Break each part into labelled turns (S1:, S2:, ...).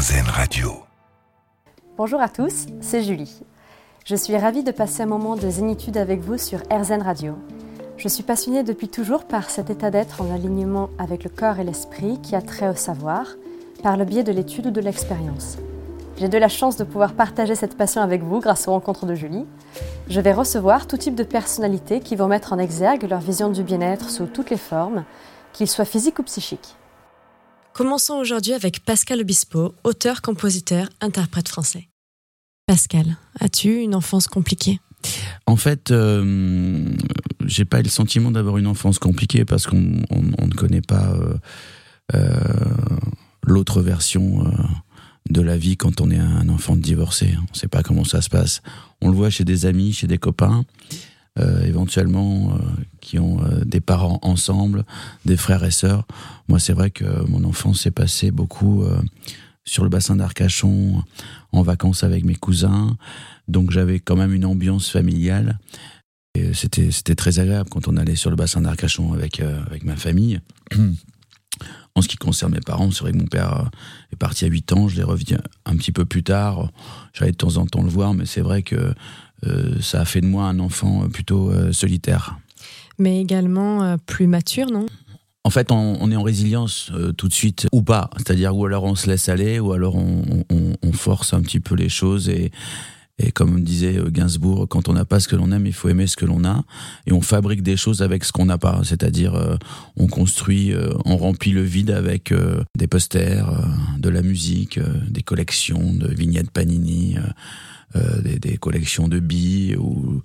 S1: RZN Radio.
S2: Bonjour à tous, c'est Julie. Je suis ravie de passer un moment de zénitude avec vous sur RZN Radio. Je suis passionnée depuis toujours par cet état d'être en alignement avec le corps et l'esprit qui a trait au savoir, par le biais de l'étude ou de l'expérience. J'ai de la chance de pouvoir partager cette passion avec vous grâce aux rencontres de Julie. Je vais recevoir tout type de personnalités qui vont mettre en exergue leur vision du bien-être sous toutes les formes, qu'ils soient physiques ou psychiques. Commençons aujourd'hui avec Pascal Obispo, auteur, compositeur, interprète français. Pascal, as-tu une enfance compliquée ?
S3: En fait, j'ai pas eu le sentiment d'avoir une enfance compliquée parce qu'on ne connaît pas l'autre version de la vie quand on est un enfant divorcé. On sait pas comment ça se passe. On le voit chez des amis, chez des copains, éventuellement qui ont des parents ensemble, des frères et sœurs. Moi, c'est vrai que mon enfance s'est passée beaucoup sur le bassin d'Arcachon, en vacances avec mes cousins. Donc j'avais quand même une ambiance familiale. Et c'était très agréable quand on allait sur le bassin d'Arcachon avec ma famille. En ce qui concerne mes parents, c'est vrai que mon père est parti à 8 ans, je les reviens un petit peu plus tard. J'allais de temps en temps le voir, mais c'est vrai que ça a fait de moi un enfant plutôt solitaire.
S2: Mais également plus mature, non ?
S3: En fait, on est en résilience tout de suite, ou pas. C'est-à-dire, ou alors on se laisse aller, ou alors on force un petit peu les choses. Et comme disait Gainsbourg, quand on n'a pas ce que l'on aime, il faut aimer ce que l'on a. Et on fabrique des choses avec ce qu'on n'a pas. C'est-à-dire, on construit, on remplit le vide avec des posters, de la musique, des collections de vignettes Panini, des collections de billes, ou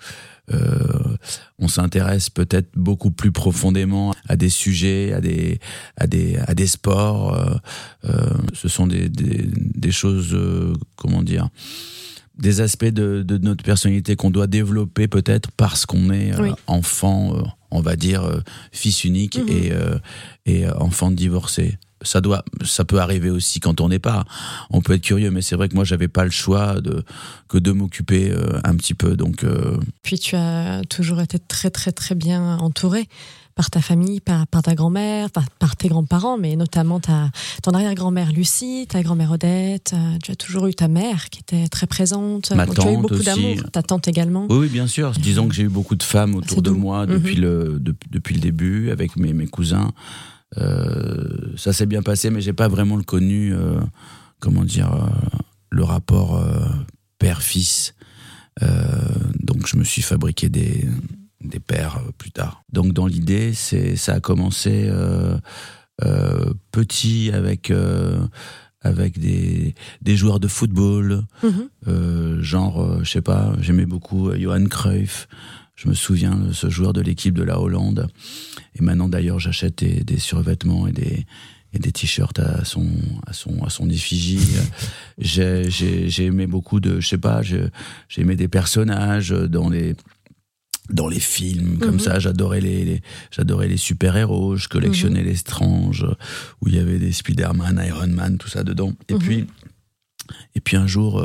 S3: on s'intéresse peut-être beaucoup plus profondément à des sujets, à des sports. Ce sont des choses, comment dire, des aspects de notre personnalité qu'on doit développer peut-être parce qu'on est enfant, on va dire fils unique et enfant divorcé. Ça peut arriver aussi quand on n'est pas. On peut être curieux, mais c'est vrai que moi j'avais pas le choix que de m'occuper un petit peu. Donc.
S2: Puis tu as toujours été très très très bien entouré par ta famille, par ta grand-mère, par tes grands-parents, mais notamment ton arrière-grand-mère Lucie, ta grand-mère Odette. Tu as toujours eu ta mère qui était très présente.
S3: Ma tante
S2: tu as eu beaucoup
S3: aussi.
S2: d'amour. Ta tante également.
S3: Oui, bien sûr. Disons que j'ai eu beaucoup de femmes autour de moi depuis le début, avec mes cousins. Ça s'est bien passé, mais j'ai pas vraiment connu, le rapport père-fils. Donc je me suis fabriqué des pères plus tard. Donc dans l'idée, ça a commencé petit avec des joueurs de football, je sais pas, j'aimais beaucoup Johan Cruyff. Je me souviens de ce joueur de l'équipe de la Hollande. Et maintenant, d'ailleurs, j'achète des survêtements et des t-shirts à son effigie. J'ai aimé beaucoup j'ai aimé des personnages dans les films, comme ça. J'adorais les super-héros. Je collectionnais les Strange, où il y avait des Spider-Man, Iron Man, tout ça dedans. Et puis un jour,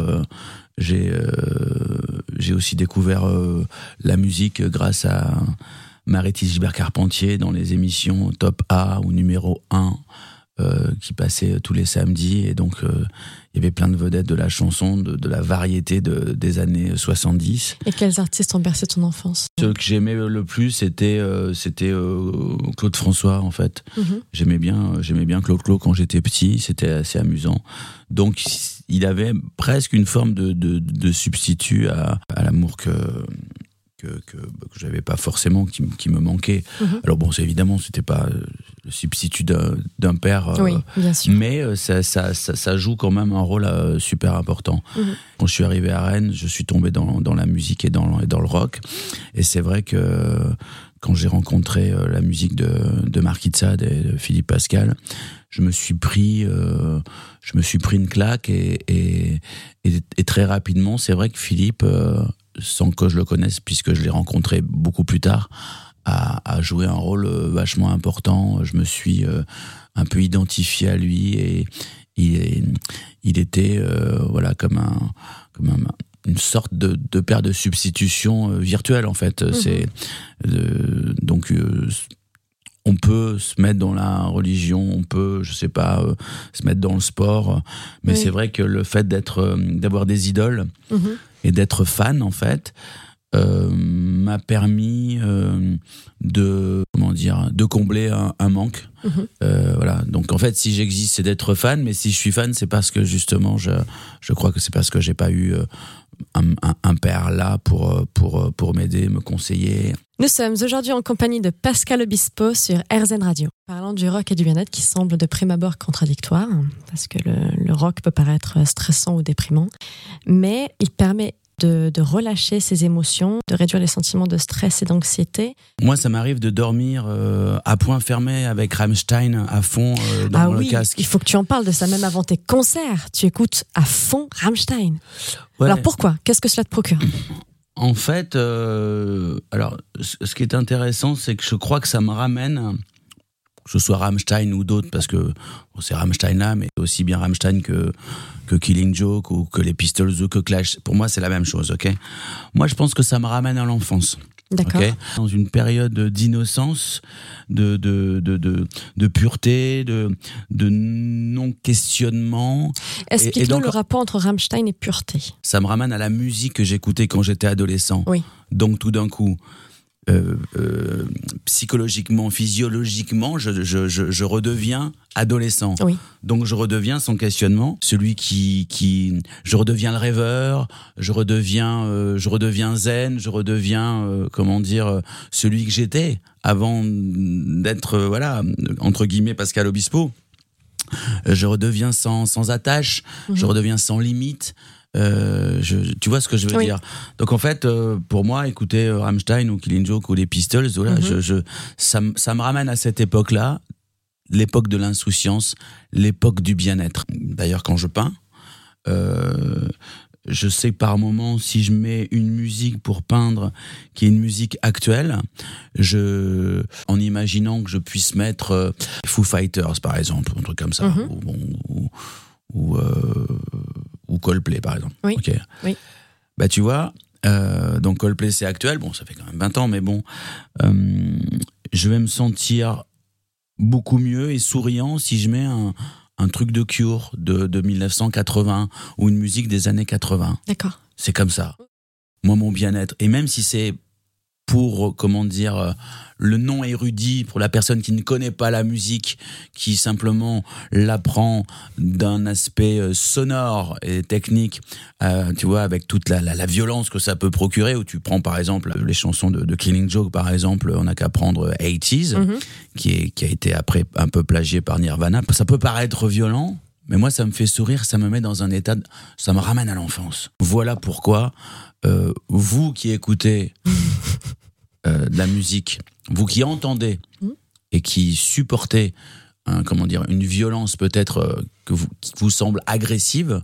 S3: j'ai aussi découvert la musique grâce à Marie-Thys Gilbert-Carpentier dans les émissions Top A ou Numéro 1 qui passaient tous les samedis. Et donc, il y avait plein de vedettes de la chanson, de la variété des années 70.
S2: Et quels artistes ont bercé ton enfance ?
S3: Ce que j'aimais le plus, c'était Claude François, en fait. J'aimais bien Claude quand j'étais petit, c'était assez amusant. Donc, il avait presque une forme de substitut à l'amour que j'avais pas forcément, qui me manquait. Alors bon, évidemment, c'était pas le substitut d'un père,
S2: oui, bien sûr.
S3: mais ça joue quand même un rôle super important. Quand je suis arrivé à Rennes, je suis tombé dans la musique et dans le rock, et c'est vrai que quand j'ai rencontré la musique de Marquis de Sade et de Philippe Pascal, je me suis pris une claque, et très rapidement, c'est vrai que Philippe, sans que je le connaisse, puisque je l'ai rencontré beaucoup plus tard, a joué un rôle vachement important. Je me suis un peu identifié à lui, et il était comme une sorte de père de substitution virtuelle, en fait. Donc on peut se mettre dans la religion, on peut, je sais pas, se mettre dans le sport, mais c'est vrai que le fait d'avoir des idoles et d'être fan, en fait, m'a permis de combler un manque. Voilà. Donc en fait, si j'existe, c'est d'être fan, mais si je suis fan, c'est parce que justement, je crois que c'est parce que j'ai pas eu un père là pour m'aider, me conseiller.
S2: Nous sommes aujourd'hui en compagnie de Pascal Obispo sur RZN Radio. Parlant du rock et du bien-être qui semble de prime abord contradictoire, parce que le rock peut paraître stressant ou déprimant, mais il permet de relâcher ses émotions, de réduire les sentiments de stress et d'anxiété.
S3: Moi, ça m'arrive de dormir à point fermé avec Rammstein à fond dans le casque.
S2: Il faut que tu en parles de ça, même avant tes concerts. Tu écoutes à fond Rammstein. Ouais. Alors pourquoi ? Qu'est-ce que cela te procure ?
S3: En fait, alors, ce qui est intéressant, c'est que je crois que ça me ramène, que ce soit Rammstein ou d'autres, parce que c'est Rammstein là, mais aussi bien Rammstein que Killing Joke ou que les Pistols ou que Clash. Pour moi, c'est la même chose, ok ? Moi, je pense que ça me ramène à l'enfance.
S2: D'accord.
S3: Okay, dans une période d'innocence, de pureté, de non-questionnement.
S2: Explique-nous le rapport entre Rammstein et pureté.
S3: Ça me ramène à la musique que j'écoutais quand j'étais adolescent.
S2: Oui.
S3: Donc tout d'un coup, psychologiquement, physiologiquement, je redeviens adolescent.
S2: Oui.
S3: Donc je redeviens sans questionnement celui qui je redeviens le rêveur, je redeviens zen, je redeviens celui que j'étais avant d'être entre guillemets Pascal Obispo. Je redeviens sans attache, je redeviens sans limite. Tu vois ce que je veux dire. Donc en fait, pour moi, écouter Rammstein ou Killing Joke ou les Pistols, voilà, ça me ramène à cette époque-là, l'époque de l'insouciance, l'époque du bien-être. D'ailleurs, quand je peins, je sais par moment, si je mets une musique pour peindre qui est une musique actuelle, en imaginant que je puisse mettre Foo Fighters par exemple, un truc comme ça, ou Coldplay par exemple.
S2: Oui.
S3: Okay.
S2: Oui.
S3: Bah tu vois, donc Coldplay c'est actuel, bon ça fait quand même 20 ans, mais bon, je vais me sentir beaucoup mieux et souriant si je mets un truc de Cure de 1980 ou une musique des années 80.
S2: D'accord.
S3: C'est comme ça. Moi, mon bien-être, et même si c'est pour, le non érudit, pour la personne qui ne connaît pas la musique, qui simplement l'apprend d'un aspect sonore et technique, tu vois, avec toute la violence que ça peut procurer, où tu prends par exemple les chansons de Killing Joke, par exemple, on n'a qu'à prendre 80s, qui a été après un peu plagié par Nirvana. Ça peut paraître violent, mais moi ça me fait sourire, ça me met dans un état, ça me ramène à l'enfance. Voilà pourquoi vous qui écoutez de la musique, vous qui entendez et qui supportez une violence peut-être qui vous semble agressive,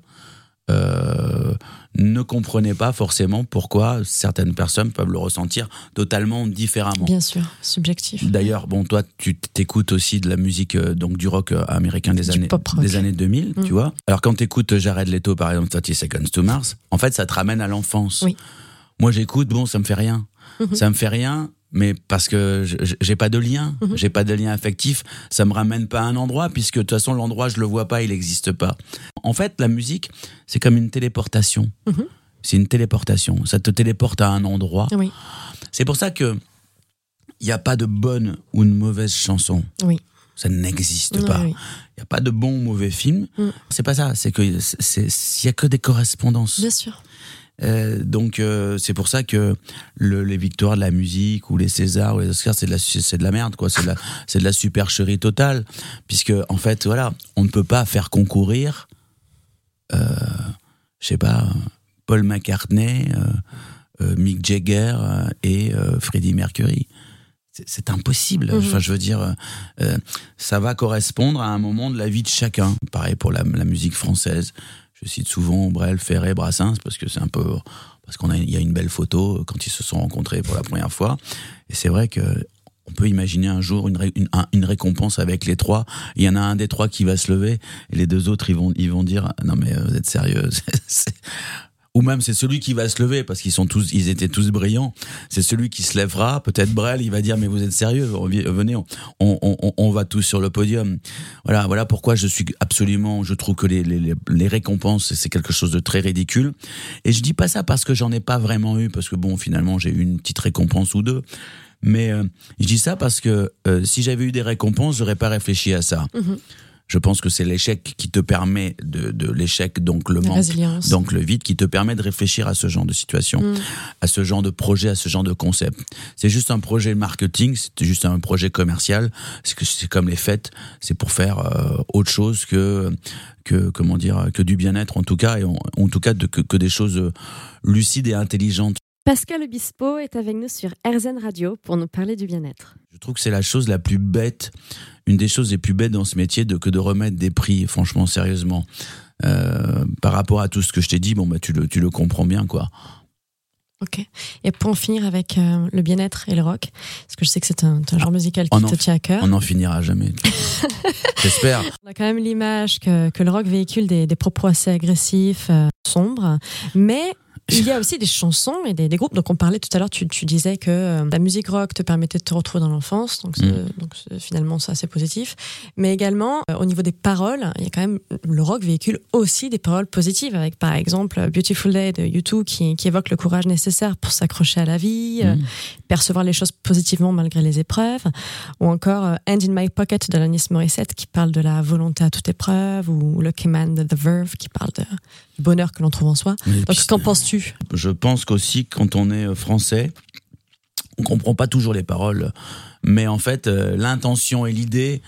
S3: ne comprenez pas forcément pourquoi certaines personnes peuvent le ressentir totalement différemment.
S2: Bien sûr, subjectif.
S3: D'ailleurs, bon, toi, tu t'écoutes aussi de la musique, donc du rock américain des années 2000, tu vois. Alors quand t'écoutes Jared Leto, par exemple, 30 Seconds to Mars, en fait, ça te ramène à l'enfance.
S2: Oui.
S3: Moi, j'écoute, bon, ça me fait rien. Ça me fait rien, mais parce que j'ai pas de lien, j'ai pas de lien affectif, ça me ramène pas à un endroit, puisque de toute façon l'endroit je le vois pas, il existe pas. En fait, la musique, c'est comme une téléportation. C'est une téléportation, ça te téléporte à un endroit.
S2: Oui.
S3: C'est pour ça que il y a pas de bonne ou de mauvaise chanson.
S2: Oui.
S3: Ça n'existe pas. Il y a pas de bon ou mauvais film. C'est pas ça, c'est que il y a que des correspondances.
S2: Bien sûr.
S3: Donc c'est pour ça que les victoires de la musique ou les Césars ou les Oscars c'est de la merde quoi, c'est de la supercherie totale, puisque en fait voilà, on ne peut pas faire concourir je sais pas, Paul McCartney, Mick Jagger et Freddie Mercury. C'est impossible. Enfin, je veux dire, ça va correspondre à un moment de la vie de chacun. Pareil pour la musique française. Je cite souvent Brel, Ferré, Brassens, parce que c'est un peu, parce il y a une belle photo quand ils se sont rencontrés pour la première fois. Et c'est vrai que on peut imaginer un jour une récompense avec les trois. Il y en a un des trois qui va se lever et les deux autres ils vont dire non mais vous êtes sérieux. ou même c'est celui qui va se lever parce ils étaient tous brillants. C'est celui qui se lèvera. Peut-être Brel, il va dire mais vous êtes sérieux? Venez, on va tous sur le podium. Voilà pourquoi je trouve que les récompenses c'est quelque chose de très ridicule. Et je dis pas ça parce que j'en ai pas vraiment eu, parce que bon finalement j'ai eu une petite récompense ou deux. Mais je dis ça parce que si j'avais eu des récompenses, j'aurais pas réfléchi à ça. Je pense que c'est l'échec qui te permet de l'échec, donc le manque, résilience. Donc le vide, qui te permet de réfléchir à ce genre de situation, à ce genre de projet, à ce genre de concept. C'est juste un projet marketing, c'est juste un projet commercial. C'est comme les fêtes, c'est pour faire autre chose que du bien-être en tout cas, et en tout cas que des choses lucides et intelligentes.
S2: Pascal Obispo est avec nous sur RZN Radio pour nous parler du bien-être.
S3: Je trouve que c'est la chose la plus bête, une des choses les plus bêtes dans ce métier que de remettre des prix, franchement, sérieusement. Par rapport à tout ce que je t'ai dit, tu le comprends bien, quoi.
S2: Ok. Et pour en finir avec le bien-être et le rock, parce que je sais que c'est un genre musical qui te tient à cœur.
S3: On n'en finira jamais. J'espère.
S2: On a quand même l'image que le rock véhicule des propos assez agressifs, sombres, mais il y a aussi des chansons et des groupes. Donc on parlait tout à l'heure, tu disais que la musique rock te permettait de te retrouver dans l'enfance, donc finalement c'est assez positif. Mais également au niveau des paroles, il y a quand même, le rock véhicule aussi des paroles positives, avec par exemple Beautiful Day de U2 qui évoque le courage nécessaire pour s'accrocher à la vie, percevoir les choses positivement malgré les épreuves, ou encore Hand in My Pocket de Alanis Morissette qui parle de la volonté à toute épreuve, ou Lucky Man de The Verve qui parle du bonheur que l'on trouve en soi. Donc qu'en penses-tu?
S3: Je pense qu'aussi, quand on est français, on comprend pas toujours les paroles, mais en fait, l'intention et l'idée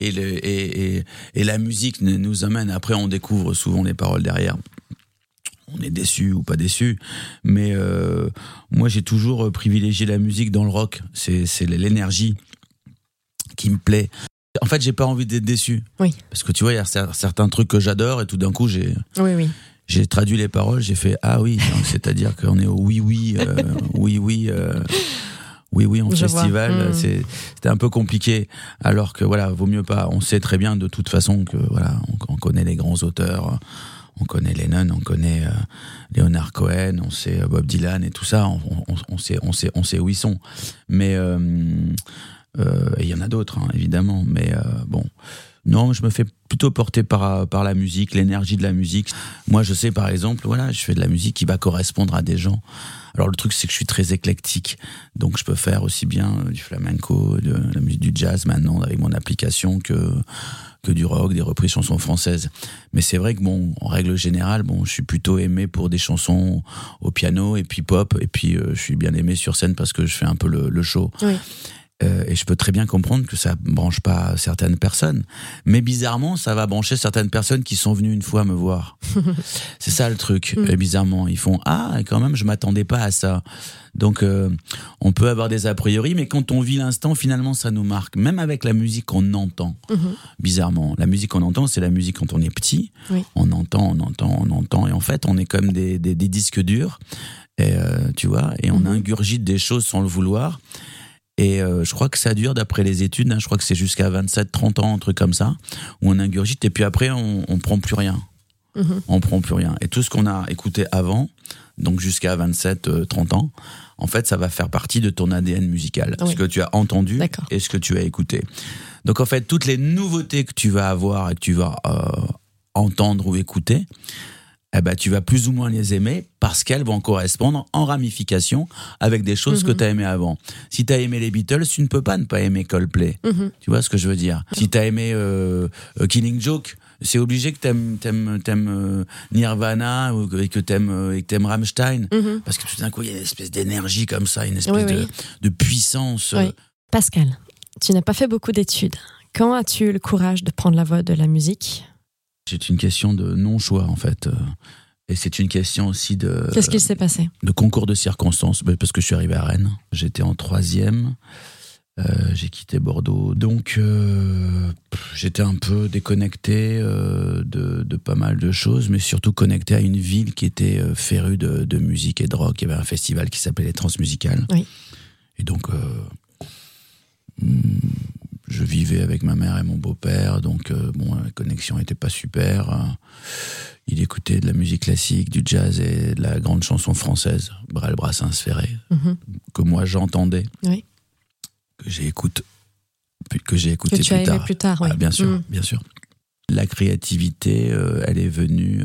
S3: et la musique nous amènent. Après, on découvre souvent les paroles derrière. On est déçu ou pas déçu, mais moi, j'ai toujours privilégié la musique dans le rock. C'est l'énergie qui me plaît. En fait, j'ai pas envie d'être déçu.
S2: Oui.
S3: Parce que tu vois, il y a certains trucs que j'adore et tout d'un coup, j'ai traduit les paroles, j'ai fait ah oui, donc c'est-à-dire qu'on est au oui en festival, c'était un peu compliqué, alors que voilà, vaut mieux pas. On sait très bien de toute façon que voilà, on connaît les grands auteurs, on connaît Lennon, on connaît Leonard Cohen, on sait Bob Dylan et tout ça, on sait où ils sont. Mais il y en a d'autres évidemment, mais bon. Non, je me fais plutôt porter par la musique, l'énergie de la musique. Moi, je sais, par exemple, je fais de la musique qui va correspondre à des gens. Alors, le truc, c'est que je suis très éclectique. Donc, je peux faire aussi bien du flamenco, de la musique du jazz maintenant, avec mon application, que du rock, des reprises chansons françaises. Mais c'est vrai que en règle générale, je suis plutôt aimé pour des chansons au piano et puis pop. Et puis, je suis bien aimé sur scène parce que je fais un peu le show. Oui. Et je peux très bien comprendre que ça branche pas certaines personnes, mais bizarrement ça va brancher certaines personnes qui sont venues une fois me voir. C'est ça le truc. Et bizarrement ils font quand même je m'attendais pas à ça. Donc on peut avoir des a priori, mais quand on vit l'instant, finalement ça nous marque, même avec la musique qu'on entend. Bizarrement, la musique qu'on entend, c'est la musique quand on est petit. Oui. On entend, et en fait on est comme des disques durs, et tu vois, et on ingurgite des choses sans le vouloir. Et je crois que ça dure, d'après les études, je crois que c'est jusqu'à 27-30 ans, un truc comme ça, où on ingurgite, et puis après, on prend plus rien. On prend plus rien. Et tout ce qu'on a écouté avant, donc jusqu'à 27-30 ans, en fait, ça va faire partie de ton ADN musical. Oui. Ce que tu as entendu et ce que tu as écouté. Donc en fait, toutes les nouveautés que tu vas avoir et que tu vas entendre ou écouter, tu vas plus ou moins les aimer parce qu'elles vont correspondre en ramification avec des choses que tu as aimées avant. Si tu as aimé les Beatles, tu ne peux pas ne pas aimer Coldplay. Tu vois ce que je veux dire? Si tu as aimé Killing Joke, c'est obligé que t'aimes Nirvana et que t'aimes Rammstein, parce que tout d'un coup il y a une espèce d'énergie comme ça, une espèce de puissance.
S2: Oui. Pascal, tu n'as pas fait beaucoup d'études. Quand as-tu eu le courage de prendre la voie de la musique?
S3: C'est une question de non-choix, en fait. Et c'est une question aussi de...
S2: Qu'est-ce qui s'est passé? De
S3: concours de circonstances. Parce que je suis arrivé à Rennes. J'étais en 3e. J'ai quitté Bordeaux. Donc, j'étais un peu déconnecté de pas mal de choses, mais surtout connecté à une ville qui était férue de musique et de rock. Il y avait un festival qui s'appelait les Transmusicales. Oui. Et donc... je vivais avec ma mère et mon beau-père, donc la connexion était pas super. Il écoutait de la musique classique, du jazz et de la grande chanson française, Brel, Brassens, Ferré, que moi j'entendais,
S2: Oui.
S3: que j'ai écouté
S2: Que tu as aimé plus tard, oui.
S3: Ah, bien sûr, bien sûr. La créativité, elle est venue,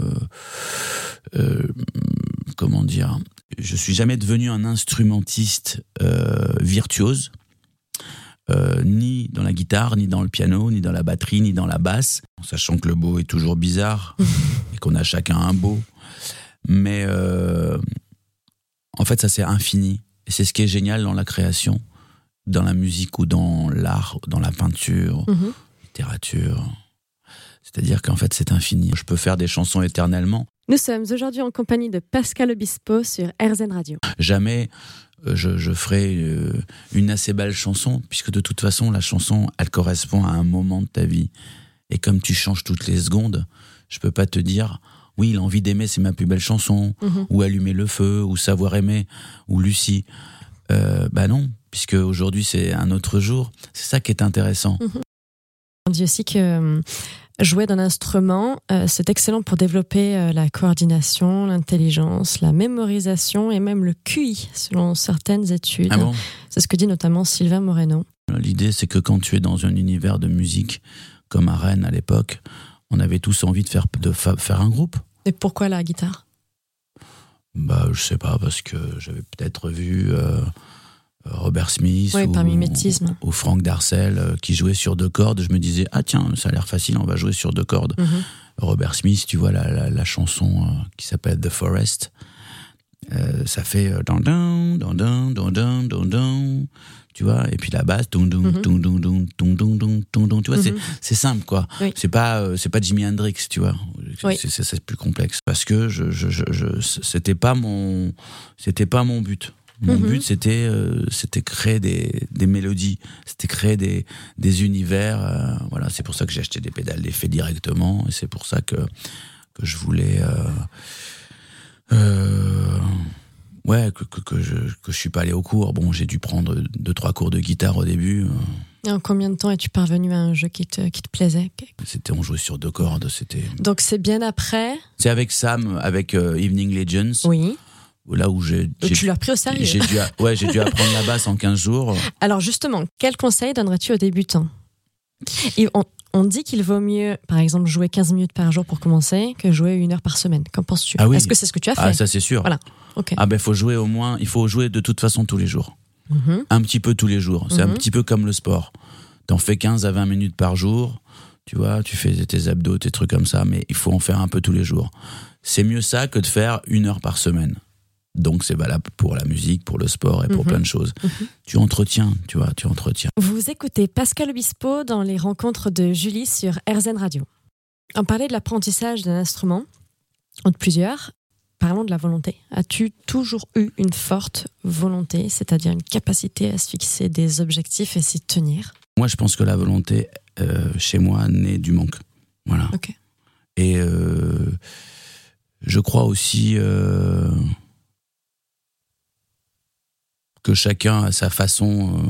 S3: comment dire, je suis jamais devenu un instrumentiste virtuose, ni dans la guitare, ni dans le piano, ni dans la batterie, ni dans la basse, sachant que le beau est toujours bizarre et qu'on a chacun un beau. Mais en fait, ça c'est infini. Et c'est ce qui est génial dans la création, dans la musique ou dans l'art, dans la peinture, littérature. C'est-à-dire qu'en fait, c'est infini. Je peux faire des chansons éternellement.
S2: Nous sommes aujourd'hui en compagnie de Pascal Obispo sur RZN Radio.
S3: Jamais je ferai une assez belle chanson, puisque de toute façon, la chanson, elle correspond à un moment de ta vie. Et comme tu changes toutes les secondes, je peux pas te dire, oui, l'envie d'aimer, c'est ma plus belle chanson, ou Allumer le feu, ou Savoir aimer, ou Lucie. Bah non, puisque aujourd'hui, c'est un autre jour. C'est ça qui est intéressant.
S2: On dit aussi que jouer d'un instrument, c'est excellent pour développer la coordination, l'intelligence, la mémorisation et même le QI, selon certaines études.
S3: Ah bon ?
S2: C'est ce que dit notamment Sylvain Moreno.
S3: L'idée, c'est que quand tu es dans un univers de musique, comme à Rennes à l'époque, on avait tous envie de faire un groupe.
S2: Et pourquoi la guitare ?
S3: Bah, je sais pas, parce que j'avais peut-être vu Robert Smith
S2: par mimétisme.
S3: ou Franck Darcel qui jouait sur 2 cordes. Je me disais, ah tiens, ça a l'air facile, on va jouer sur 2 cordes. Robert Smith, tu vois la chanson qui s'appelle The Forest, ça fait tu vois, et puis la basse, tu vois, c'est simple quoi. Oui. C'est pas Jimi Hendrix, tu vois. Oui. C'est plus complexe parce que c'était pas mon but. Mon but, c'était créer des mélodies, c'était créer des univers. Voilà, c'est pour ça que j'ai acheté des pédales d'effet directement, et c'est pour ça que je voulais, que je suis pas allé au cours. Bon, j'ai dû prendre 2-3 cours de guitare au début.
S2: Et en combien de temps es-tu parvenu à un jeu qui te plaisait ?
S3: On jouait sur 2 cordes.
S2: Donc c'est bien après ?
S3: C'est avec Sam, avec Evening Legends.
S2: Oui.
S3: Là où
S2: tu l'as pris au sérieux.
S3: J'ai dû apprendre la basse en 15 jours.
S2: Alors justement, quel conseil donnerais-tu aux débutants ? On dit qu'il vaut mieux, par exemple, jouer 15 minutes par jour pour commencer que jouer 1 heure par semaine. Qu'en penses-tu ?
S3: Ah oui.
S2: Est-ce que c'est ce que tu as fait ?
S3: Ah, ça c'est sûr.
S2: Voilà. Okay.
S3: Ah ben il faut jouer de toute façon tous les jours. Un petit peu tous les jours. C'est un petit peu comme le sport. T'en fais 15 à 20 minutes par jour. Tu vois, tu fais tes abdos, tes trucs comme ça, mais il faut en faire un peu tous les jours. C'est mieux ça que de faire 1 heure par semaine. Donc c'est valable pour la musique, pour le sport et pour plein de choses. Tu entretiens.
S2: Vous écoutez Pascal Obispo dans les rencontres de Julie sur RZN Radio. On parlait de l'apprentissage d'un instrument, ou de plusieurs. Parlons de la volonté. As-tu toujours eu une forte volonté, c'est-à-dire une capacité à se fixer des objectifs et s'y tenir ?
S3: Moi, je pense que la volonté, chez moi, naît du manque. Voilà.
S2: Okay.
S3: Et je crois aussi que chacun a sa façon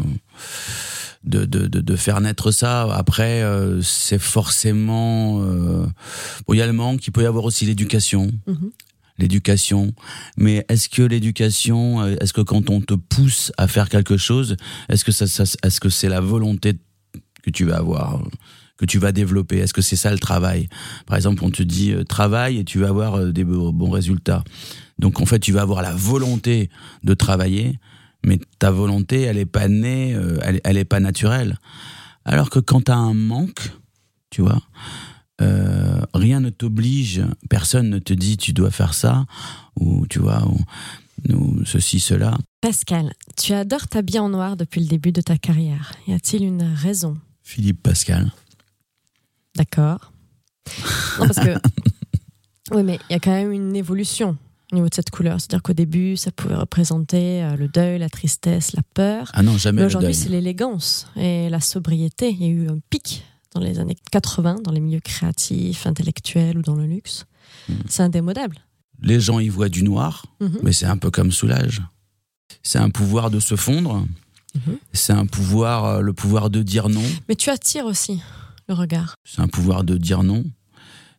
S3: de faire naître ça. Après, c'est forcément... il y a le manque, il peut y avoir aussi l'éducation. L'éducation. Mais est-ce que quand on te pousse à faire quelque chose, est-ce que c'est la volonté que tu vas avoir, que tu vas développer ? Est-ce que c'est ça le travail ? Par exemple, on te dit travaille et tu vas avoir des bons résultats. Donc en fait, tu vas avoir la volonté de travailler, mais ta volonté, elle est pas née, elle est pas naturelle. Alors que quand t'as un manque, tu vois, rien ne t'oblige, personne ne te dit tu dois faire ça, ou tu vois, ou ceci, cela.
S2: Pascal, tu adores t'habiller en noir depuis le début de ta carrière. Y a-t-il une raison ?
S3: Philippe Pascal.
S2: D'accord. Non, parce que... Oui, mais il y a quand même une évolution au niveau de cette couleur. C'est-à-dire qu'au début, ça pouvait représenter le deuil, la tristesse, la peur.
S3: Ah non, jamais. Mais
S2: aujourd'hui, c'est l'élégance et la sobriété. Il y a eu un pic dans les années 80, dans les milieux créatifs, intellectuels ou dans le luxe. C'est indémodable.
S3: Les gens y voient du noir, mais c'est un peu comme Soulage. C'est un pouvoir de se fondre. C'est un pouvoir, le pouvoir de dire non.
S2: Mais tu attires aussi le regard.
S3: C'est un pouvoir de dire non.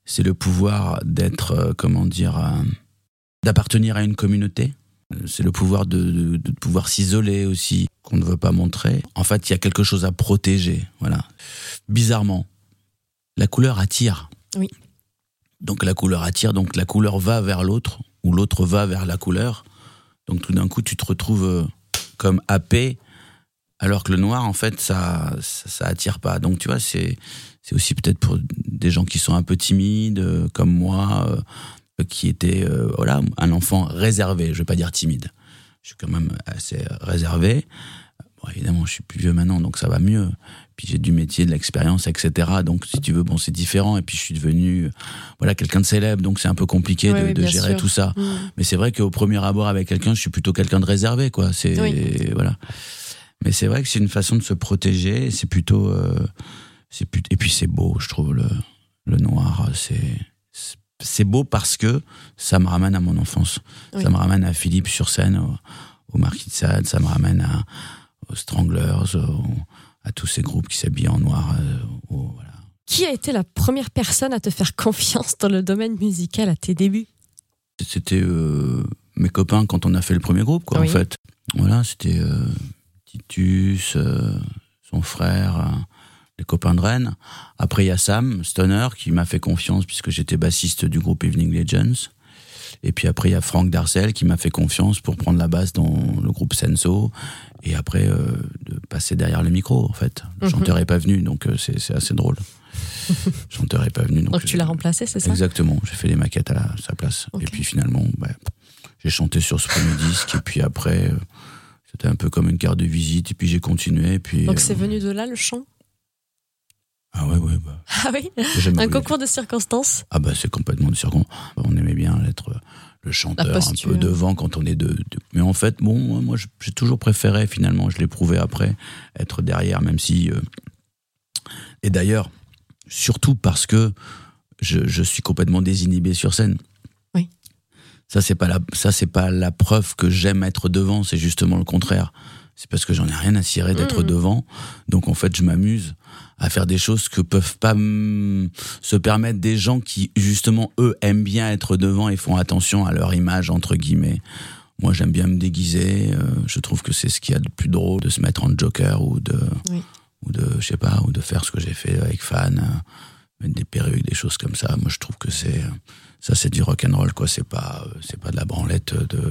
S3: c'est le pouvoir d'être, d'appartenir à une communauté. C'est le pouvoir de pouvoir s'isoler aussi, qu'on ne veut pas montrer. En fait, il y a quelque chose à protéger, voilà. Bizarrement, la couleur attire.
S2: Oui.
S3: Donc la couleur attire, donc la couleur va vers l'autre, ou l'autre va vers la couleur. Donc tout d'un coup, tu te retrouves comme happé, alors que le noir, en fait, ça attire pas. Donc tu vois, c'est aussi peut-être pour des gens qui sont un peu timides, comme moi, qui était un enfant réservé. Je vais pas dire timide. Je suis quand même assez réservé. Bon, évidemment, je suis plus vieux maintenant, donc ça va mieux. Puis j'ai du métier, de l'expérience, etc. Donc, si tu veux, bon, c'est différent. Et puis, je suis devenu, quelqu'un de célèbre. Donc, c'est un peu compliqué de gérer tout ça. Mmh. Mais c'est vrai qu'au premier abord avec quelqu'un, je suis plutôt quelqu'un de réservé, quoi. Voilà. Mais c'est vrai que c'est une façon de se protéger. C'est plutôt, et puis c'est beau, je trouve, le noir. C'est beau parce que ça me ramène à mon enfance. Oui. Ça me ramène à Philippe sur scène, au Marquis de Sade. Ça me ramène aux Stranglers, à tous ces groupes qui s'habillent en noir. Voilà.
S2: Qui a été la première personne à te faire confiance dans le domaine musical à tes débuts ?
S3: C'était mes copains quand on a fait le premier groupe, quoi, oui. En fait. Voilà, c'était Titus, son frère, les copains de Rennes. Après, il y a Sam Stoner qui m'a fait confiance puisque j'étais bassiste du groupe Evening Legends. Et puis après, il y a Franck Darcel qui m'a fait confiance pour prendre la basse dans le groupe Senso. Et après, de passer derrière le micro, en fait. Le chanteur n'est pas venu, donc c'est assez drôle. Le chanteur n'est pas venu.
S2: Donc tu l'as remplacé, c'est ça ?
S3: Exactement. J'ai fait les maquettes à sa place. Okay. Et puis finalement, j'ai chanté sur ce premier disque. Et puis après, c'était un peu comme une carte de visite. Et puis j'ai continué. Et puis,
S2: donc c'est venu de là, le chant ?
S3: Ah ouais.
S2: Ah oui. Un concours de circonstances.
S3: Ah c'est complètement de circonstances. On aimait bien être le chanteur un peu devant quand on est deux. Mais en fait, moi j'ai toujours préféré finalement, je l'ai prouvé après, être derrière, même si. Et d'ailleurs, surtout parce que je suis complètement désinhibé sur scène.
S2: Oui.
S3: Ça c'est pas la preuve que j'aime être devant, c'est justement le contraire. C'est parce que j'en ai rien à cirer d'être devant. Donc en fait, je m'amuse à faire des choses que peuvent pas se permettre des gens qui, justement, eux, aiment bien être devant et font attention à leur image, entre guillemets. Moi, j'aime bien me déguiser. Je trouve que c'est ce qu'il y a de plus drôle, de se mettre en Joker ou de faire ce que j'ai fait avec Fan, mettre des perruques, des choses comme ça. Moi, je trouve que c'est du rock'n'roll, quoi. C'est pas de la branlette de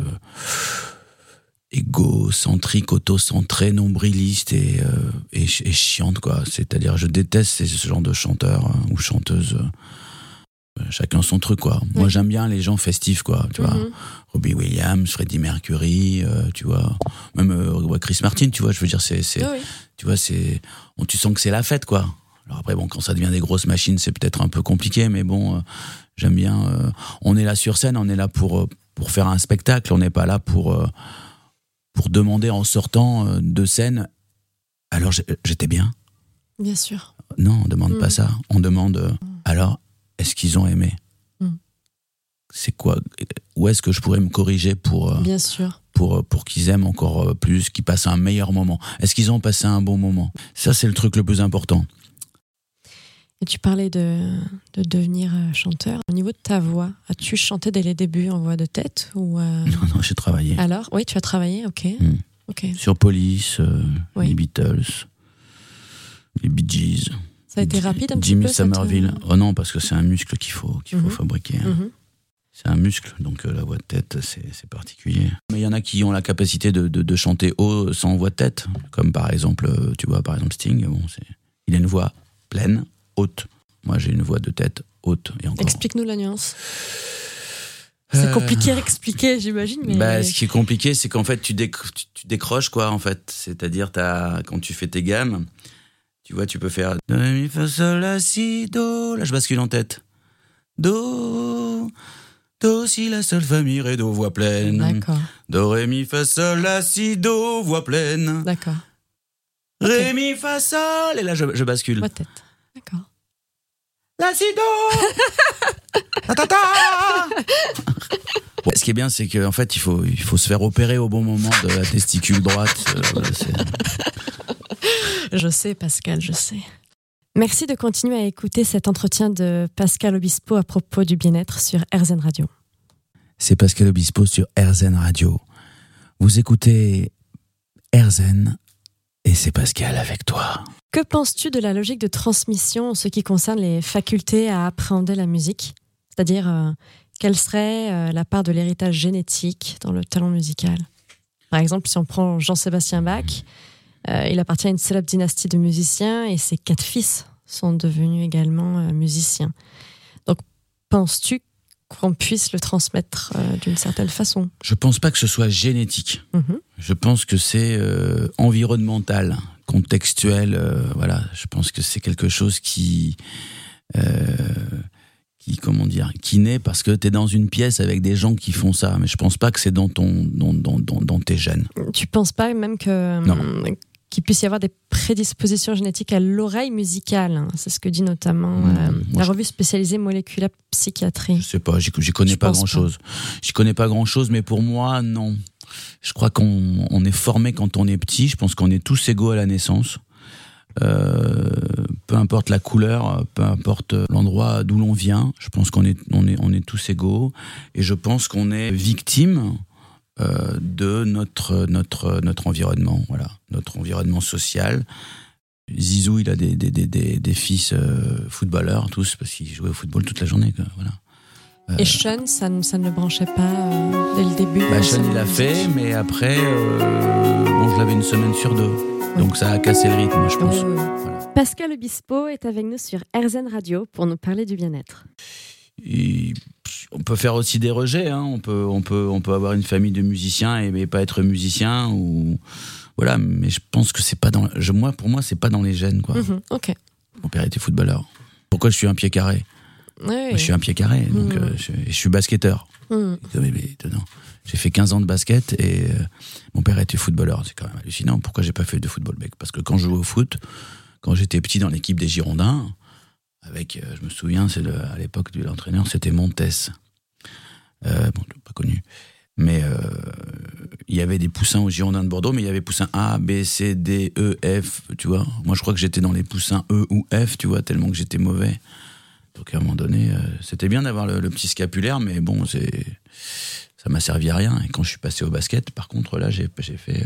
S3: égocentrique, auto-centré, nombriliste et chiante, quoi. C'est-à-dire, je déteste ce genre de chanteurs ou chanteuses. Chacun son truc, quoi. Oui. Moi, j'aime bien les gens festifs, quoi. Tu vois, Robbie Williams, Freddie Mercury, tu vois, même Chris Martin, tu vois. Je veux dire, tu vois, tu sens que c'est la fête, quoi. Alors après, quand ça devient des grosses machines, c'est peut-être un peu compliqué, mais j'aime bien. On est là sur scène, on est là pour faire un spectacle. On n'est pas là pour demander en sortant de scène, alors j'étais bien.
S2: Bien sûr.
S3: Non, on demande pas ça. On demande, alors, est-ce qu'ils ont aimé ? C'est quoi ? Où est-ce que je pourrais me corriger pour
S2: bien sûr.
S3: Pour qu'ils aiment encore plus, qu'ils passent un meilleur moment ? Est-ce qu'ils ont passé un bon moment ? Ça, c'est le truc le plus important.
S2: Et tu parlais de devenir chanteur. Au niveau de ta voix, as-tu chanté dès les débuts en voix de tête ou
S3: Non, j'ai travaillé.
S2: Alors, oui, tu as travaillé, ok.
S3: Sur Police, les Beatles, les Bee Gees.
S2: Ça a été rapide un petit
S3: peu,
S2: Jimmy
S3: Somerville. Oh non, parce que c'est un muscle qu'il faut fabriquer. C'est un muscle, donc la voix de tête, c'est particulier. Mais il y en a qui ont la capacité de chanter haut sans voix de tête, comme par exemple, Sting. Il a une voix pleine, haute. Moi, j'ai une voix de tête haute et encore.
S2: Explique-nous la nuance. C'est compliqué à expliquer, j'imagine. Mais...
S3: ce qui est compliqué, c'est qu'en fait, tu décroches, quoi, en fait. C'est-à-dire, quand tu fais tes gammes, tu vois, tu peux faire Do, ré, mi, fa, sol, la, si, do. Là, je bascule en tête. Do, si, la, sol, fa, mi, ré, do, voix pleine.
S2: D'accord.
S3: Do, ré, mi, fa, sol, la, si, do, voix pleine.
S2: D'accord.
S3: Ré, mi, fa, sol. Et là, je bascule.
S2: Voix tête. D'accord.
S3: La, si, do. Ta. Ouais, ce qui est bien, c'est qu'en fait, il faut se faire opérer au bon moment de la testicule droite.
S2: Je sais, Pascal, je sais. Merci de continuer à écouter cet entretien de Pascal Obispo à propos du bien-être sur RZN Radio.
S3: C'est Pascal Obispo sur RZN Radio. Vous écoutez RZN et c'est Pascal avec toi.
S2: Que penses-tu de la logique de transmission en ce qui concerne les facultés à appréhender la musique ? C'est-à-dire, quelle serait la part de l'héritage génétique dans le talent musical ? Par exemple, si on prend Jean-Sébastien Bach, il appartient à une célèbre dynastie de musiciens et ses 4 fils sont devenus également musiciens. Donc, penses-tu qu'on puisse le transmettre d'une certaine façon ?
S3: Je pense pas que ce soit génétique. Je pense que c'est environnemental, contextuel. Voilà, je pense que c'est quelque chose qui naît parce que t'es dans une pièce avec des gens qui font ça. Mais je pense pas que c'est dans tes gènes.
S2: Tu penses pas même que qu'il puisse y avoir des prédispositions génétiques à l'oreille musicale. C'est ce que dit notamment la revue spécialisée Molecular Psychiatrie.
S3: Je sais pas, j'y connais pas grand-chose. J'y connais pas grand-chose, mais pour moi, non. Je crois qu'on est formé quand on est petit. Je pense qu'on est tous égaux à la naissance. Peu importe la couleur, peu importe l'endroit d'où l'on vient. Je pense qu'on est tous égaux. Et je pense qu'on est victime de notre environnement, voilà, notre environnement social. Zizou, il a des fils footballeurs, tous, parce qu'ils jouaient au football toute la journée, quoi, voilà.
S2: Et Sean, ça ne le branchait pas dès le début.
S3: Sean, il l'a fait, mais après, je l'avais une semaine sur 2. Donc ça a cassé le rythme, je pense. Voilà.
S2: Pascal Obispo est avec nous sur RZN Radio pour nous parler du bien-être.
S3: Et on peut faire aussi des rejets, hein. On peut avoir une famille de musiciens et pas être musicien, ou voilà. Mais je pense que c'est pas pour moi, c'est pas dans les gènes, quoi.
S2: Ok.
S3: Mon père était footballeur. Pourquoi je suis un pied carré ?
S2: Oui.
S3: Je suis un pied carré, donc je suis basketteur. J'ai fait 15 ans de basket et mon père était footballeur. C'est quand même hallucinant. Pourquoi j'ai pas fait de football, mec ? Parce que quand je jouais au foot, quand j'étais petit dans l'équipe des Girondins, avec, je me souviens, à l'époque de l'entraîneur, c'était Montes. Pas connu. Mais il y avait des poussins aux Girondins de Bordeaux, mais il y avait poussins A, B, C, D, E, F, tu vois. Moi, je crois que j'étais dans les poussins E ou F, tu vois, tellement que j'étais mauvais. Donc, à un moment donné, c'était bien d'avoir le petit scapulaire, mais bon, ça m'a servi à rien. Et quand je suis passé au basket, par contre, là, j'ai fait...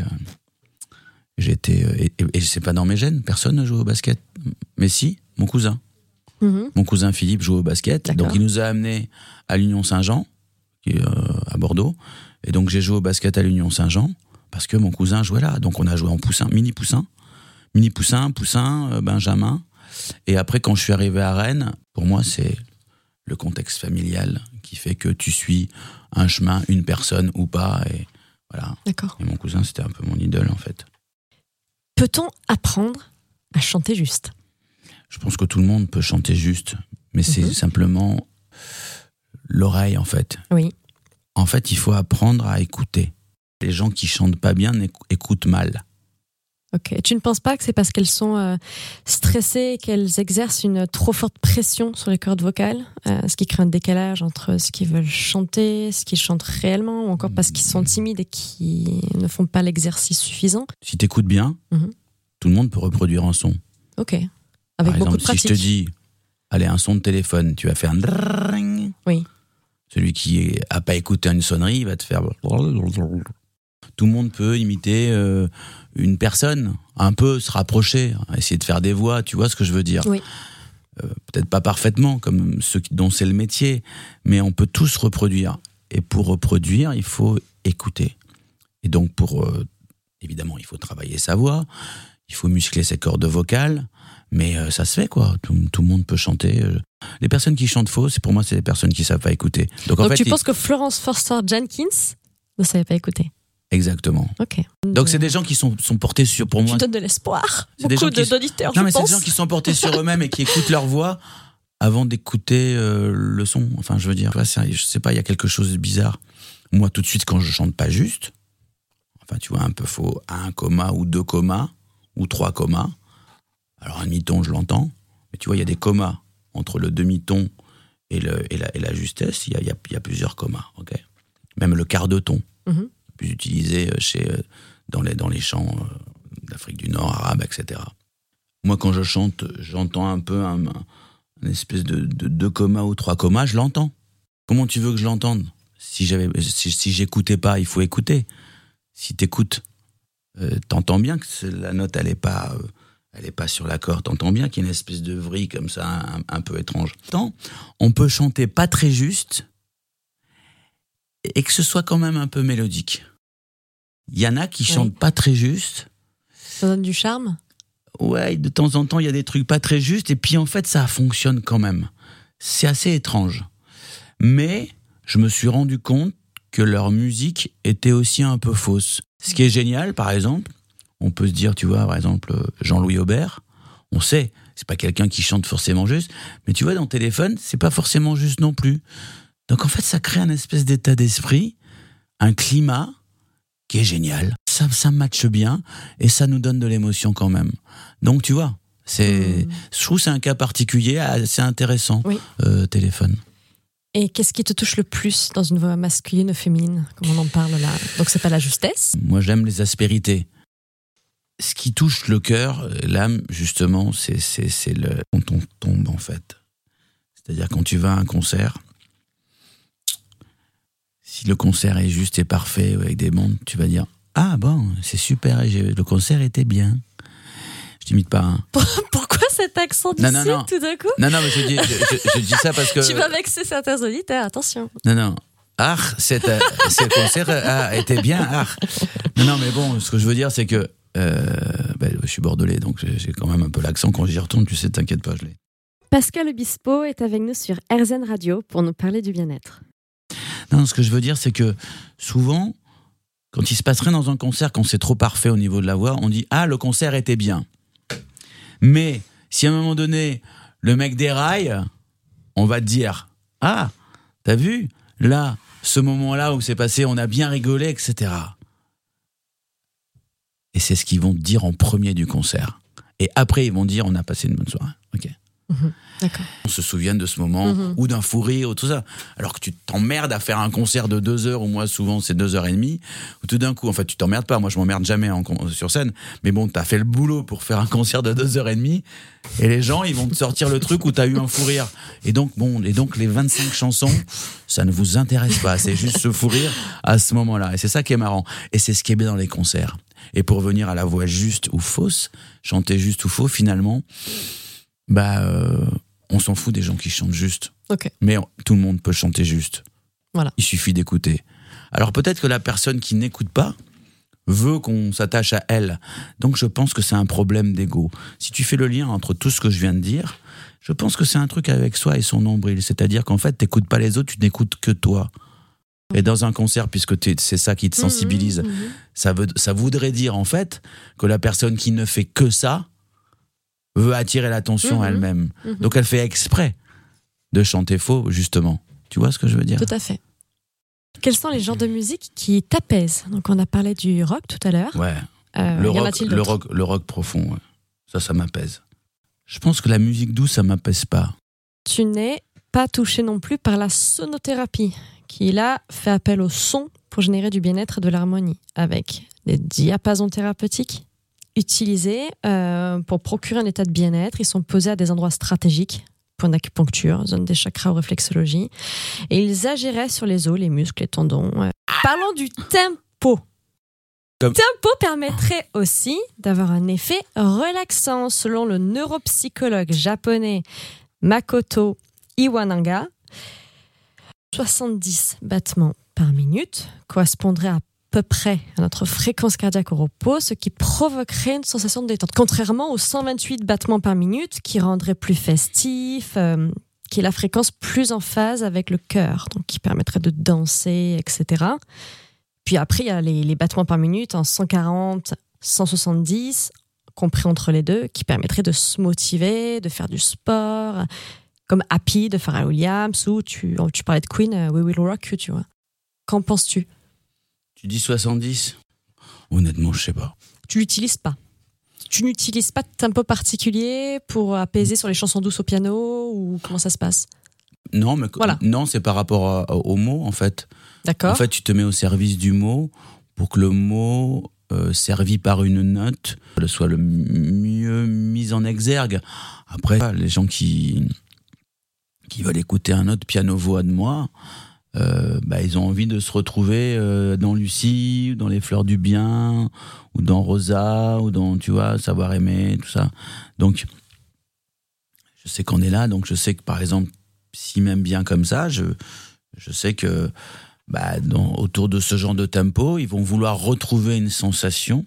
S3: et c'est pas dans mes gènes, personne ne joue au basket. Mais si, mon cousin. Mon cousin Philippe joue au basket. D'accord. Donc il nous a amenés à l'Union Saint-Jean, qui est à Bordeaux. Et donc j'ai joué au basket à l'Union Saint-Jean parce que mon cousin jouait là. Donc on a joué en poussin, mini-poussin, Benjamin. Et après, quand je suis arrivé à Rennes, pour moi, c'est le contexte familial qui fait que tu suis un chemin, une personne ou pas. Et voilà.
S2: D'accord.
S3: Et mon cousin, c'était un peu mon idole, en fait.
S2: Peut-on apprendre à chanter juste ?
S3: Je pense que tout le monde peut chanter juste, mais c'est simplement l'oreille, en fait.
S2: Oui.
S3: En fait, il faut apprendre à écouter. Les gens qui chantent pas bien écoutent mal.
S2: Ok. Tu ne penses pas que c'est parce qu'elles sont stressées et qu'elles exercent une trop forte pression sur les cordes vocales, ce qui crée un décalage entre ce qu'ils veulent chanter, ce qu'ils chantent réellement, ou encore parce qu'ils sont timides et qui ne font pas l'exercice suffisant ?
S3: Si tu écoutes bien, tout le monde peut reproduire un son.
S2: Ok. Avec
S3: Par
S2: beaucoup
S3: exemple,
S2: de pratique.
S3: si je te dis, allez, un son de téléphone, tu vas faire un drrrring.
S2: Oui.
S3: Celui qui a pas écouté une sonnerie, il va te faire... Tout le monde peut imiter une personne, un peu se rapprocher, essayer de faire des voix, tu vois ce que je veux dire ?
S2: Oui.
S3: Peut-être pas parfaitement, comme ceux dont c'est le métier, mais on peut tous reproduire. Et pour reproduire, il faut écouter. Et donc, évidemment, il faut travailler sa voix, il faut muscler ses cordes vocales, mais ça se fait, quoi. Tout le monde peut chanter. Les personnes qui chantent faux, pour moi, c'est les personnes qui savent pas écouter. Donc en fait,
S2: tu penses que Florence Forster Jenkins ne savait pas écouter ?
S3: Exactement.
S2: Ok.
S3: Donc c'est des gens qui sont portés sur, pour moi...
S2: Tu donnes de l'espoir.
S3: C'est des
S2: beaucoup
S3: gens
S2: d'auditeurs,
S3: non,
S2: je
S3: mais
S2: pense.
S3: c'est des gens qui sont portés sur eux-mêmes et qui écoutent leur voix avant d'écouter le son. Enfin, je veux dire, je sais pas, il y a quelque chose de bizarre. Moi, tout de suite, quand je chante pas juste, enfin, tu vois, un peu faux, 1 comma ou 2 commas ou 3 commas. Alors, un demi-ton, je l'entends. Mais tu vois, il y a des commas entre le demi-ton et la justesse. Il y a plusieurs commas, ok ? Même le quart de ton. Plus utilisé dans les chants d'Afrique du Nord, arabes, etc. Moi, quand je chante, j'entends un peu une espèce de 2 comas ou 3 comas, je l'entends. Comment tu veux que je l'entende ? Si j'écoutais pas, il faut écouter. Si t'écoutes, t'entends bien que la note, elle est pas sur l'accord. T'entends bien qu'il y a une espèce de vrille comme ça, un peu étrange. On peut chanter pas très juste et que ce soit quand même un peu mélodique. Il y en a qui chantent pas très juste.
S2: Ça donne du charme ?
S3: Ouais, de temps en temps, il y a des trucs pas très justes et puis en fait, ça fonctionne quand même. C'est assez étrange. Mais je me suis rendu compte que leur musique était aussi un peu fausse. Ce qui est génial, par exemple, on peut se dire, tu vois, par exemple, Jean-Louis Aubert, on sait, c'est pas quelqu'un qui chante forcément juste, mais tu vois, dans Téléphone, c'est pas forcément juste non plus. Donc en fait, ça crée un espèce d'état d'esprit, un climat qui est génial. Ça matche bien et ça nous donne de l'émotion quand même. Donc tu vois, je trouve que c'est un cas particulier, assez intéressant, Téléphone.
S2: Et qu'est-ce qui te touche le plus dans une voix masculine ou féminine, comme on en parle là ? Donc c'est pas la justesse ?
S3: Moi j'aime les aspérités. Ce qui touche le cœur, l'âme, justement, c'est quand on tombe en fait. C'est-à-dire quand tu vas à un concert, si le concert est juste et parfait avec des mondes, tu vas dire « Ah bon, c'est super, le concert était bien ». Je t'imite pas. Hein.
S2: Pourquoi cet accent du Sud tout d'un coup ?
S3: Non, mais je dis ça parce que...
S2: Tu vas vexer certains auditeurs, attention.
S3: Non. Ce concert était bien. Non, mais bon, ce que je veux dire, c'est que je suis bordelais, donc j'ai quand même un peu l'accent. Quand j'y retourne, tu sais, t'inquiète pas, je l'ai.
S2: Pascal Obispo est avec nous sur RZN Radio pour nous parler du bien-être.
S3: Non, ce que je veux dire, c'est que souvent, quand il se passe rien dans un concert, quand c'est trop parfait au niveau de la voix, on dit « Ah, le concert était bien ». Mais si à un moment donné, le mec déraille, on va te dire « Ah, t'as vu ? Là, ce moment-là où c'est passé, on a bien rigolé, etc. » Et c'est ce qu'ils vont te dire en premier du concert. Et après, ils vont dire « On a passé une bonne soirée. » Ok.
S2: D'accord.
S3: On se souvient de ce moment, ou d'un fou rire, ou tout ça. Alors que tu t'emmerdes à faire un concert de 2 heures, ou moi souvent c'est 2h30, ou tout d'un coup, en fait tu t'emmerdes pas, moi je m'emmerde jamais sur scène, mais bon, t'as fait le boulot pour faire un concert de 2h30, et les gens ils vont te sortir le truc où t'as eu un fou rire. Et donc les 25 chansons, ça ne vous intéresse pas, c'est juste ce fou rire à ce moment-là. Et c'est ça qui est marrant, et c'est ce qui est bien dans les concerts. Et pour revenir à la voix juste ou fausse, chanter juste ou faux, finalement, on s'en fout des gens qui chantent juste.
S2: Okay.
S3: Mais tout le monde peut chanter juste.
S2: Voilà.
S3: Il suffit d'écouter. Alors peut-être que la personne qui n'écoute pas veut qu'on s'attache à elle. Donc je pense que c'est un problème d'ego. Si tu fais le lien entre tout ce que je viens de dire, je pense que c'est un truc avec soi et son nombril. C'est-à-dire qu'en fait, t'écoutes pas les autres, tu n'écoutes que toi. Et dans un concert, puisque c'est ça qui te sensibilise, ça voudrait dire en fait que la personne qui ne fait que ça veut attirer l'attention à elle-même. Donc elle fait exprès de chanter faux, justement. Tu vois ce que je veux dire ?
S2: Tout à fait. Quels sont les genres de musique qui t'apaisent ? Donc on a parlé du rock tout à l'heure.
S3: Ouais. Le rock profond, ouais. Ça m'apaise. Je pense que la musique douce, ça m'apaise pas.
S2: Tu n'es pas touché non plus par la sonothérapie, qui là fait appel au son pour générer du bien-être et de l'harmonie, avec des diapasons thérapeutiques utilisés pour procurer un état de bien-être. Ils sont posés à des endroits stratégiques, point d'acupuncture, zone des chakras ou réflexologie, et ils agiraient sur les os, les muscles, les tendons. Parlons du tempo. Tempo permettrait aussi d'avoir un effet relaxant, selon le neuropsychologue japonais Makoto Iwanaga. 70 battements par minute correspondrait à peu près à notre fréquence cardiaque au repos, ce qui provoquerait une sensation de détente. Contrairement aux 128 battements par minute qui rendrait plus festif, qui est la fréquence plus en phase avec le cœur, donc qui permettrait de danser, etc. Puis après, il y a les battements par minute en 140, 170, compris entre les deux, qui permettraient de se motiver, de faire du sport, comme Happy de Pharrell Williams, ou tu parlais de Queen, We Will Rock You, tu vois. Qu'en penses-tu ?
S3: Tu dis 70 ? Honnêtement, je sais pas.
S2: Tu l'utilises pas ? Tu n'utilises pas de tempo particulier pour apaiser sur les chansons douces au piano, ou comment ça se passe ?
S3: Non, mais
S2: voilà.
S3: Non, c'est par rapport au mot, en fait.
S2: D'accord.
S3: En fait, tu te mets au service du mot pour que le mot servi par une note soit le mieux mise en exergue. Après, les gens qui veulent écouter un autre piano-voix de moi, ils ont envie de se retrouver dans Lucie, ou dans Les Fleurs du Bien, ou dans Rosa, ou dans, tu vois, Savoir aimer, tout ça. Donc, je sais qu'on est là, donc je sais que, par exemple, s'ils m'aiment bien comme ça, je sais que autour de ce genre de tempo, ils vont vouloir retrouver une sensation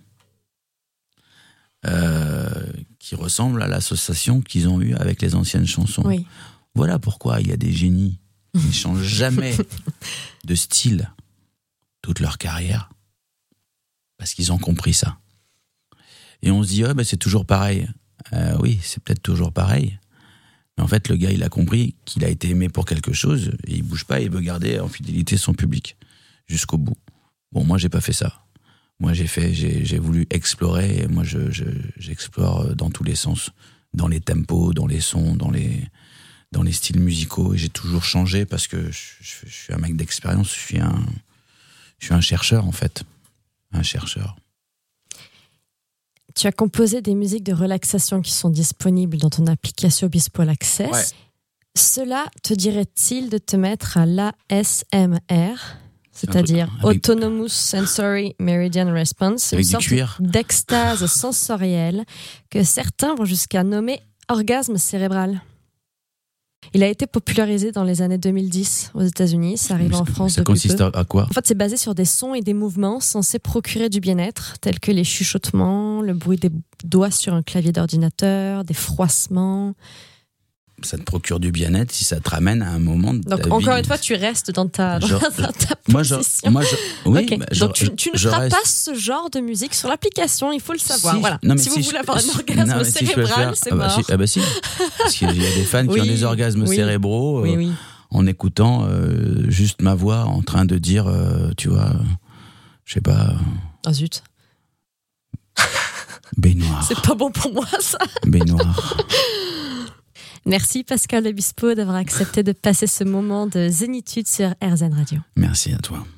S3: qui ressemble à l'association qu'ils ont eue avec les anciennes chansons.
S2: Oui.
S3: Voilà pourquoi il y a des génies qui ne changent jamais de style toute leur carrière, parce qu'ils ont compris ça. Et on se dit, c'est toujours pareil. Oui, c'est peut-être toujours pareil. Mais en fait, le gars, il a compris qu'il a été aimé pour quelque chose, et il bouge pas, il veut garder en fidélité son public jusqu'au bout. Bon, moi, j'ai pas fait ça. Moi, j'ai voulu explorer, et moi, j'explore dans tous les sens, dans les tempos, dans les sons, dans les styles musicaux, et j'ai toujours changé parce que je suis un mec d'expérience, je suis un chercheur, en fait. Un chercheur.
S2: Tu as composé des musiques de relaxation qui sont disponibles dans ton application Obispo All Access.
S3: Ouais.
S2: Cela te dirait-il de te mettre à l'ASMR, c'est-à-dire Autonomous Sensory Meridian Response, une sorte d'extase sensorielle que certains vont jusqu'à nommer orgasme cérébral. Il a été popularisé dans les années 2010 aux États-Unis. Ça arrive en France depuis peu. Ça consiste
S3: à quoi ?
S2: En fait, c'est basé sur des sons et des mouvements censés procurer du bien-être, tels que les chuchotements, le bruit des doigts sur un clavier d'ordinateur, des froissements.
S3: Ça te procure du bien-être si ça te ramène à un moment de ta vie.
S2: Donc, encore une fois, tu restes dans ta position.
S3: Oui,
S2: okay. Donc, tu ne feras pas ce genre de musique sur l'application, il faut le savoir.
S3: Si,
S2: voilà. Si vous voulez avoir un orgasme cérébral, c'est mort.
S3: Si. Parce qu'il y a des fans qui ont des orgasmes cérébraux en écoutant juste ma voix en train de dire, tu vois, je sais pas...
S2: Ah zut.
S3: Baignoire.
S2: C'est pas bon pour moi, ça.
S3: Baignoire.
S2: Merci Pascal Obispo d'avoir accepté de passer ce moment de zénitude sur RZN Radio.
S3: Merci à toi.